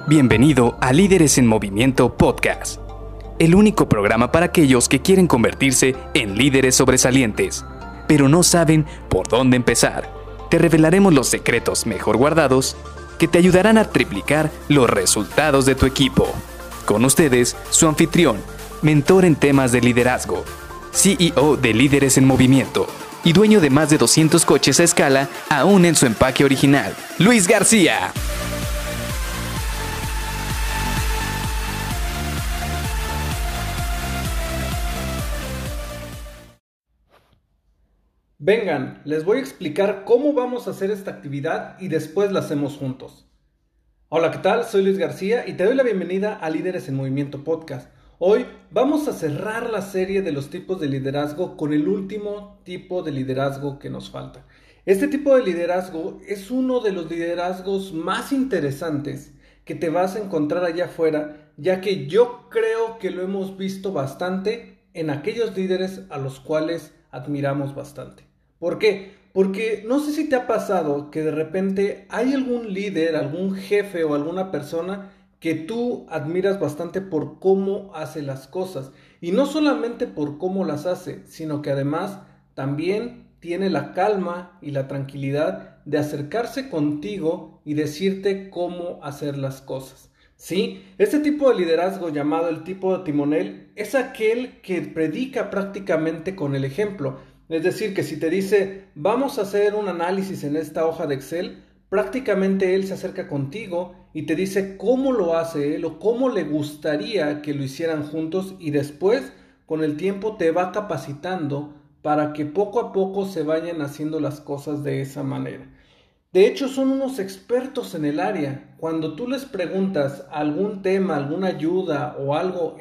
Bienvenido a Líderes en Movimiento Podcast, el único programa para aquellos que quieren convertirse en líderes sobresalientes, pero no saben por dónde empezar. Te revelaremos los secretos mejor guardados que te ayudarán a triplicar los resultados de tu equipo. Con ustedes, su anfitrión, mentor en temas de liderazgo, CEO de Líderes en Movimiento y dueño de más de 200 coches a escala, aún en su empaque original, Luis García. Vengan, les voy a explicar cómo vamos a hacer esta actividad y después la hacemos juntos. Hola, ¿qué tal? Soy Luis García y te doy la bienvenida a Líderes en Movimiento Podcast. Hoy vamos a cerrar la serie de los tipos de liderazgo con el último tipo de liderazgo que nos falta. Este tipo de liderazgo es uno de los liderazgos más interesantes que te vas a encontrar allá afuera, ya que yo creo que lo hemos visto bastante en aquellos líderes a los cuales admiramos bastante. ¿Por qué? Porque no sé si te ha pasado que de repente hay algún líder, algún jefe o alguna persona que tú admiras bastante por cómo hace las cosas. Y no solamente por cómo las hace, sino que además también tiene la calma y la tranquilidad de acercarse contigo y decirte cómo hacer las cosas. Sí, este tipo de liderazgo llamado el tipo de timonel es aquel que predica prácticamente con el ejemplo. Es decir, que si te dice, vamos a hacer un análisis en esta hoja de Excel, prácticamente él se acerca contigo y te dice cómo lo hace él o cómo le gustaría que lo hicieran juntos, y después con el tiempo te va capacitando para que poco a poco se vayan haciendo las cosas de esa manera. De hecho, son unos expertos en el área. Cuando tú les preguntas algún tema, alguna ayuda o algo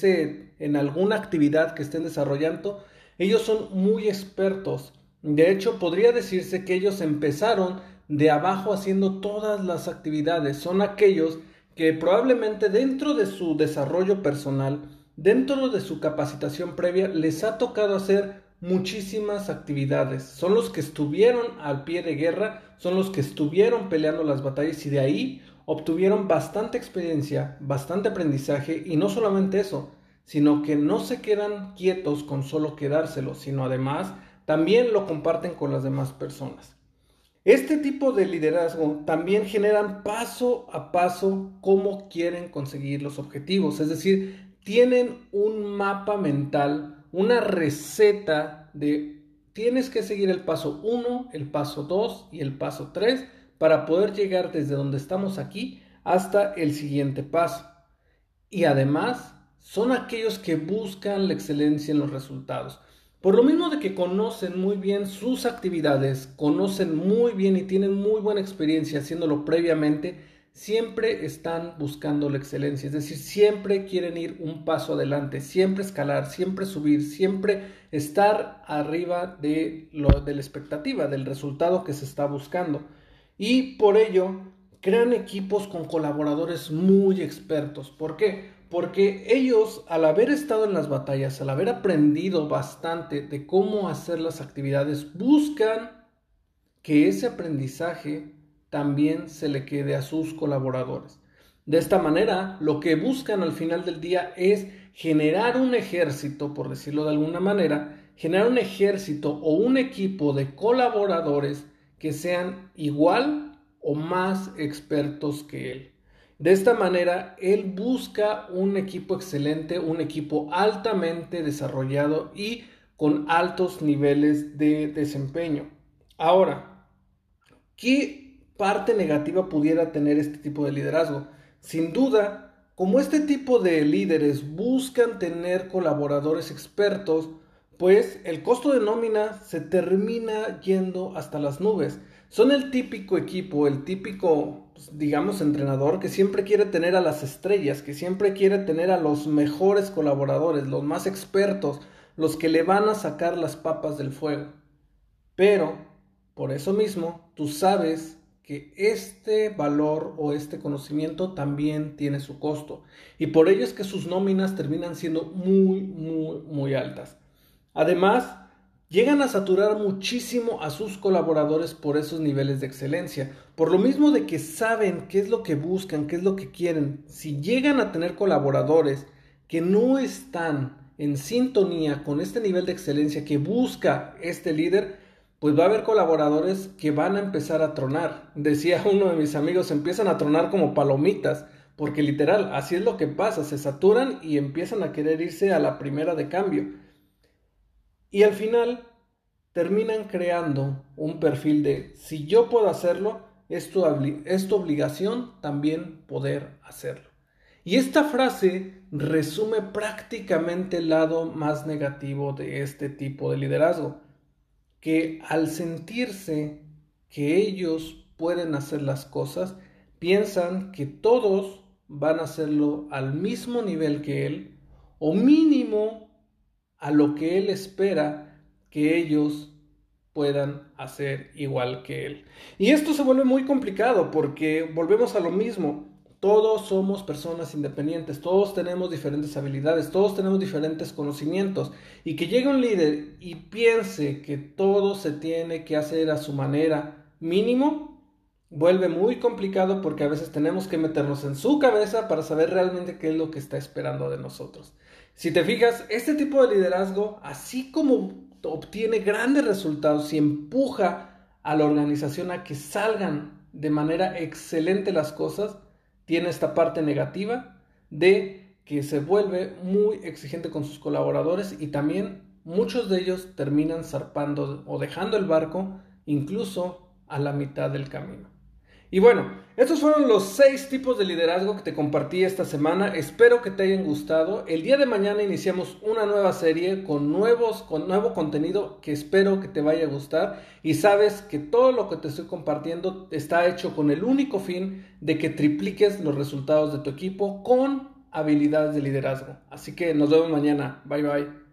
en alguna actividad que estén desarrollando, ellos son muy expertos. De hecho, podría decirse que ellos empezaron de abajo haciendo todas las actividades. Son aquellos que probablemente dentro de su desarrollo personal, dentro de su capacitación previa, les ha tocado hacer muchísimas actividades. Son los que estuvieron al pie de guerra, son los que estuvieron peleando las batallas y de ahí obtuvieron bastante experiencia, bastante aprendizaje, y no solamente eso, sino que no se quedan quietos con solo quedárselo, sino además también lo comparten con las demás personas. Este tipo de liderazgo también generan paso a paso cómo quieren conseguir los objetivos, es decir, tienen un mapa mental, una receta de tienes que seguir el paso 1, el paso 2 y el paso 3 para poder llegar desde donde estamos aquí hasta el siguiente paso. Y además son aquellos que buscan la excelencia en los resultados. Por lo mismo de que conocen muy bien sus actividades, conocen muy bien y tienen muy buena experiencia haciéndolo previamente, siempre están buscando la excelencia. Es decir, siempre quieren ir un paso adelante, siempre escalar, siempre subir, siempre estar arriba de la expectativa, del resultado que se está buscando. Y por ello crean equipos con colaboradores muy expertos. ¿Por qué? Porque ellos, al haber estado en las batallas, al haber aprendido bastante de cómo hacer las actividades, buscan que ese aprendizaje también se le quede a sus colaboradores. De esta manera, lo que buscan al final del día es generar un ejército, por decirlo de alguna manera, generar un ejército o un equipo de colaboradores que sean igual o más expertos que él. De esta manera, él busca un equipo excelente, un equipo altamente desarrollado y con altos niveles de desempeño. Ahora, ¿qué parte negativa pudiera tener este tipo de liderazgo? Sin duda, como este tipo de líderes buscan tener colaboradores expertos, pues el costo de nómina se termina yendo hasta las nubes. Son el típico equipo, el típico, digamos, entrenador que siempre quiere tener a las estrellas, que siempre quiere tener a los mejores colaboradores, los más expertos, los que le van a sacar las papas del fuego. Pero, por eso mismo, tú sabes que este valor o este conocimiento también tiene su costo. Y por ello es que sus nóminas terminan siendo muy altas. Además, llegan a saturar muchísimo a sus colaboradores por esos niveles de excelencia. Por lo mismo de que saben qué es lo que buscan, qué es lo que quieren. Si llegan a tener colaboradores que no están en sintonía con este nivel de excelencia que busca este líder, pues va a haber colaboradores que van a empezar a tronar. Decía uno de mis amigos, empiezan a tronar como palomitas, porque literal, así es lo que pasa, se saturan y empiezan a querer irse a la primera de cambio. Y al final terminan creando un perfil de, si yo puedo hacerlo, es tu obligación también poder hacerlo. Y esta frase resume prácticamente el lado más negativo de este tipo de liderazgo, que al sentirse que ellos pueden hacer las cosas, piensan que todos van a hacerlo al mismo nivel que él, o mínimo a lo que él espera que ellos puedan hacer igual que él. Y esto se vuelve muy complicado porque volvemos a lo mismo. Todos somos personas independientes, todos tenemos diferentes habilidades, todos tenemos diferentes conocimientos, y que llegue un líder y piense que todo se tiene que hacer a su manera mínimo, vuelve muy complicado porque a veces tenemos que meternos en su cabeza para saber realmente qué es lo que está esperando de nosotros. Si te fijas, este tipo de liderazgo, así como obtiene grandes resultados y empuja a la organización a que salgan de manera excelente las cosas, tiene esta parte negativa de que se vuelve muy exigente con sus colaboradores y también muchos de ellos terminan zarpando o dejando el barco incluso a la mitad del camino. Y bueno, estos fueron los 6 tipos de liderazgo que te compartí esta semana. Espero que te hayan gustado. El día de mañana iniciamos una nueva serie con nuevo contenido que espero que te vaya a gustar. Y sabes que todo lo que te estoy compartiendo está hecho con el único fin de que tripliques los resultados de tu equipo con habilidades de liderazgo. Así que nos vemos mañana. Bye bye.